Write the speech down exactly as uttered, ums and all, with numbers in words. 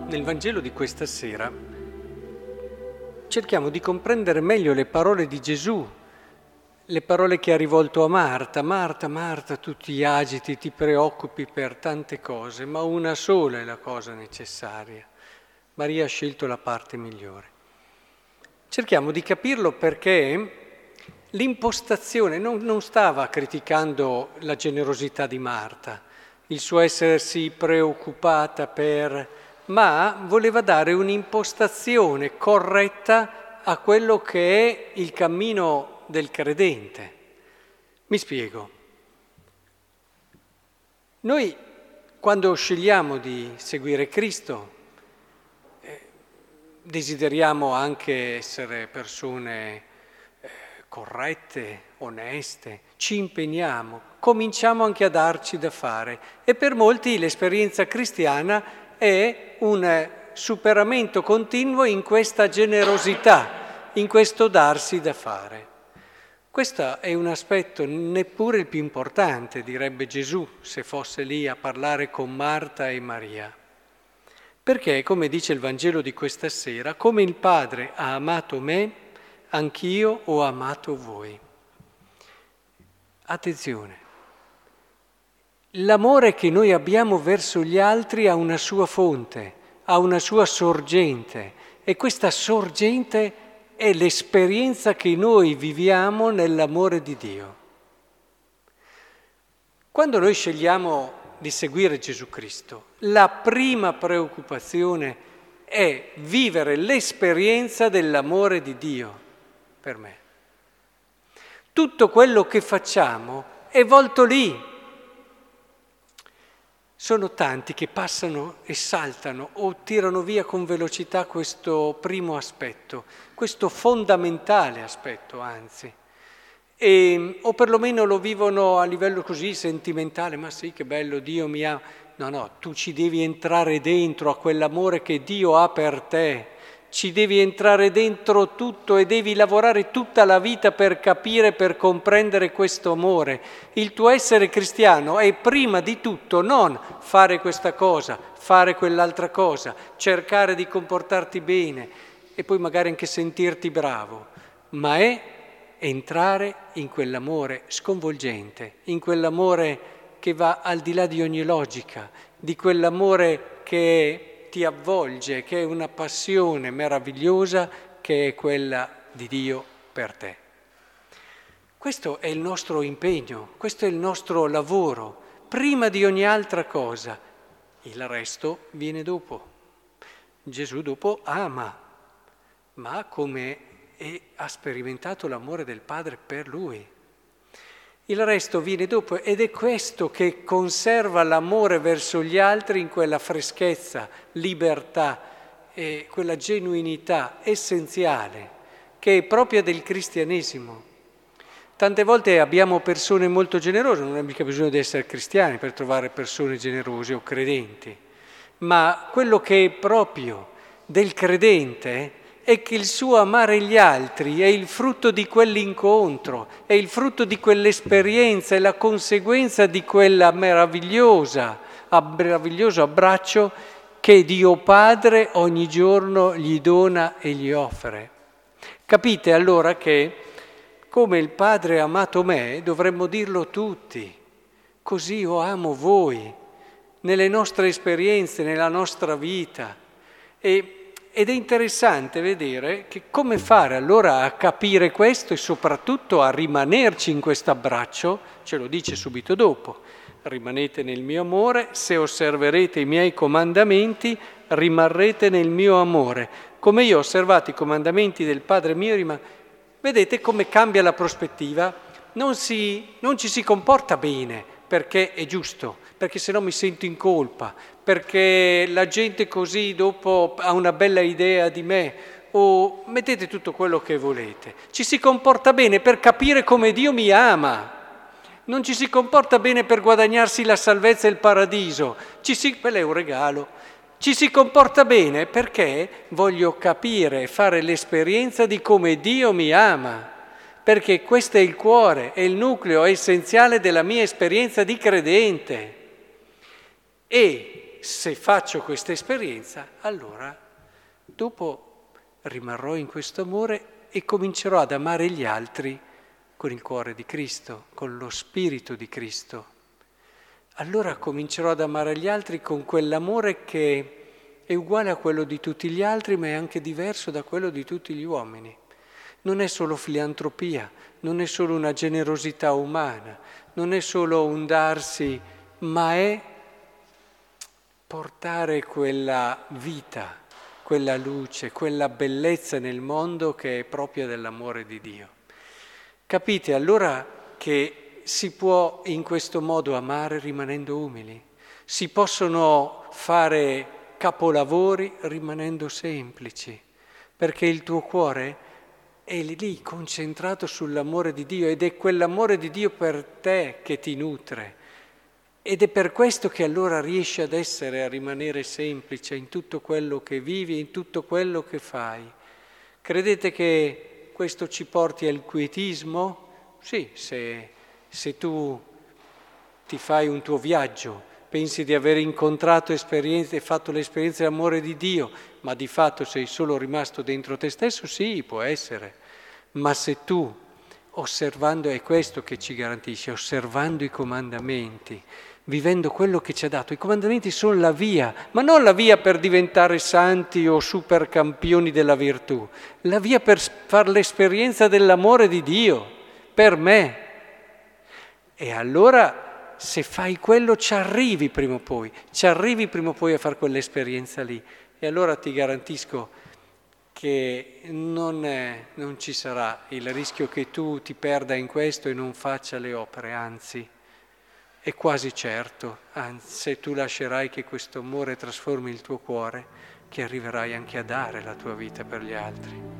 Nel Vangelo di questa sera cerchiamo di comprendere meglio le parole di Gesù, le parole che ha rivolto a Marta. Marta, Marta, tu ti agiti, ti preoccupi per tante cose, ma una sola è la cosa necessaria. Maria ha scelto la parte migliore. Cerchiamo di capirlo perché l'impostazione non, non stava criticando la generosità di Marta, il suo essersi preoccupata per... ma voleva dare un'impostazione corretta a quello che è il cammino del credente. Mi spiego. Noi, quando scegliamo di seguire Cristo, eh, desideriamo anche essere persone eh, corrette, oneste, ci impegniamo, cominciamo anche a darci da fare e per molti l'esperienza cristiana è un superamento continuo in questa generosità, in questo darsi da fare. Questo è un aspetto neppure il più importante, direbbe Gesù, se fosse lì a parlare con Marta e Maria. Perché, come dice il Vangelo di questa sera, come il Padre ha amato me, anch'io ho amato voi. Attenzione. L'amore che noi abbiamo verso gli altri ha una sua fonte, ha una sua sorgente e questa sorgente è l'esperienza che noi viviamo nell'amore di Dio. Quando noi scegliamo di seguire Gesù Cristo, la prima preoccupazione è vivere l'esperienza dell'amore di Dio per me. Tutto quello che facciamo è volto lì. Sono tanti che passano e saltano o tirano via con velocità questo primo aspetto, questo fondamentale aspetto, anzi, e, o perlomeno lo vivono a livello così sentimentale, ma sì, che bello, Dio mi ha... No, no, tu ci devi entrare dentro a quell'amore che Dio ha per te, ci devi entrare dentro tutto e devi lavorare tutta la vita per capire, per comprendere questo amore. Il tuo essere cristiano è prima di tutto non fare questa cosa, fare quell'altra cosa, cercare di comportarti bene e poi magari anche sentirti bravo, ma è entrare in quell'amore sconvolgente, in quell'amore che va al di là di ogni logica, di quell'amore che ti avvolge, che è una passione meravigliosa, che è quella di Dio per te. Questo è il nostro impegno, questo è il nostro lavoro, prima di ogni altra cosa. Il resto viene dopo. Gesù dopo ama, ma come è, ha sperimentato l'amore del Padre per lui. Il resto viene dopo ed è questo che conserva l'amore verso gli altri in quella freschezza, libertà e quella genuinità essenziale che è propria del cristianesimo. Tante volte abbiamo persone molto generose, non è mica bisogno di essere cristiani per trovare persone generose o credenti, ma quello che è proprio del credente è che il suo amare gli altri è il frutto di quell'incontro, è il frutto di quell'esperienza, è la conseguenza di quella meravigliosa, meraviglioso abbraccio che Dio Padre ogni giorno gli dona e gli offre. Capite allora che come il Padre ha amato me, dovremmo dirlo tutti, così io amo voi, nelle nostre esperienze, nella nostra vita. E Ed è interessante vedere che come fare allora a capire questo e soprattutto a rimanerci in questo abbraccio, ce lo dice subito dopo, rimanete nel mio amore, se osserverete i miei comandamenti rimarrete nel mio amore, come io ho osservato i comandamenti del Padre mio, rim... vedete come cambia la prospettiva, non, si, non ci si comporta bene perché è giusto, perché se no mi sento in colpa, perché la gente così dopo ha una bella idea di me, o mettete tutto quello che volete. Ci si comporta bene per capire come Dio mi ama, non ci si comporta bene per guadagnarsi la salvezza e il paradiso, ci si... quello è un regalo. Ci si comporta bene perché voglio capire e fare l'esperienza di come Dio mi ama, perché questo è il cuore, è il nucleo essenziale della mia esperienza di credente. E se faccio questa esperienza, allora dopo rimarrò in questo amore e comincerò ad amare gli altri con il cuore di Cristo, con lo spirito di Cristo. Allora comincerò ad amare gli altri con quell'amore che è uguale a quello di tutti gli altri, ma è anche diverso da quello di tutti gli uomini. Non è solo filantropia, non è solo una generosità umana, non è solo un darsi, ma è portare quella vita, quella luce, quella bellezza nel mondo che è propria dell'amore di Dio. Capite allora che si può in questo modo amare rimanendo umili? Si possono fare capolavori rimanendo semplici, perché il tuo cuore è lì concentrato sull'amore di Dio ed è quell'amore di Dio per te che ti nutre. Ed è per questo che allora riesci ad essere, a rimanere semplice in tutto quello che vivi, in tutto quello che fai. Credete che questo ci porti al quietismo? Sì, se, se tu ti fai un tuo viaggio, pensi di aver incontrato esperienze e fatto l'esperienza dell'amore di Dio, ma di fatto sei solo rimasto dentro te stesso, sì, può essere. Ma se tu, osservando, è questo che ci garantisce, osservando i comandamenti, vivendo quello che ci ha dato, i comandamenti sono la via, ma non la via per diventare santi o supercampioni della virtù, la via per fare l'esperienza dell'amore di Dio, per me. E allora, se fai quello, ci arrivi prima o poi, ci arrivi prima o poi a fare quell'esperienza lì. E allora ti garantisco che non, è, non ci sarà il rischio che tu ti perda in questo e non faccia le opere, anzi, è quasi certo, anzi, se tu lascerai che questo amore trasformi il tuo cuore, che arriverai anche a dare la tua vita per gli altri.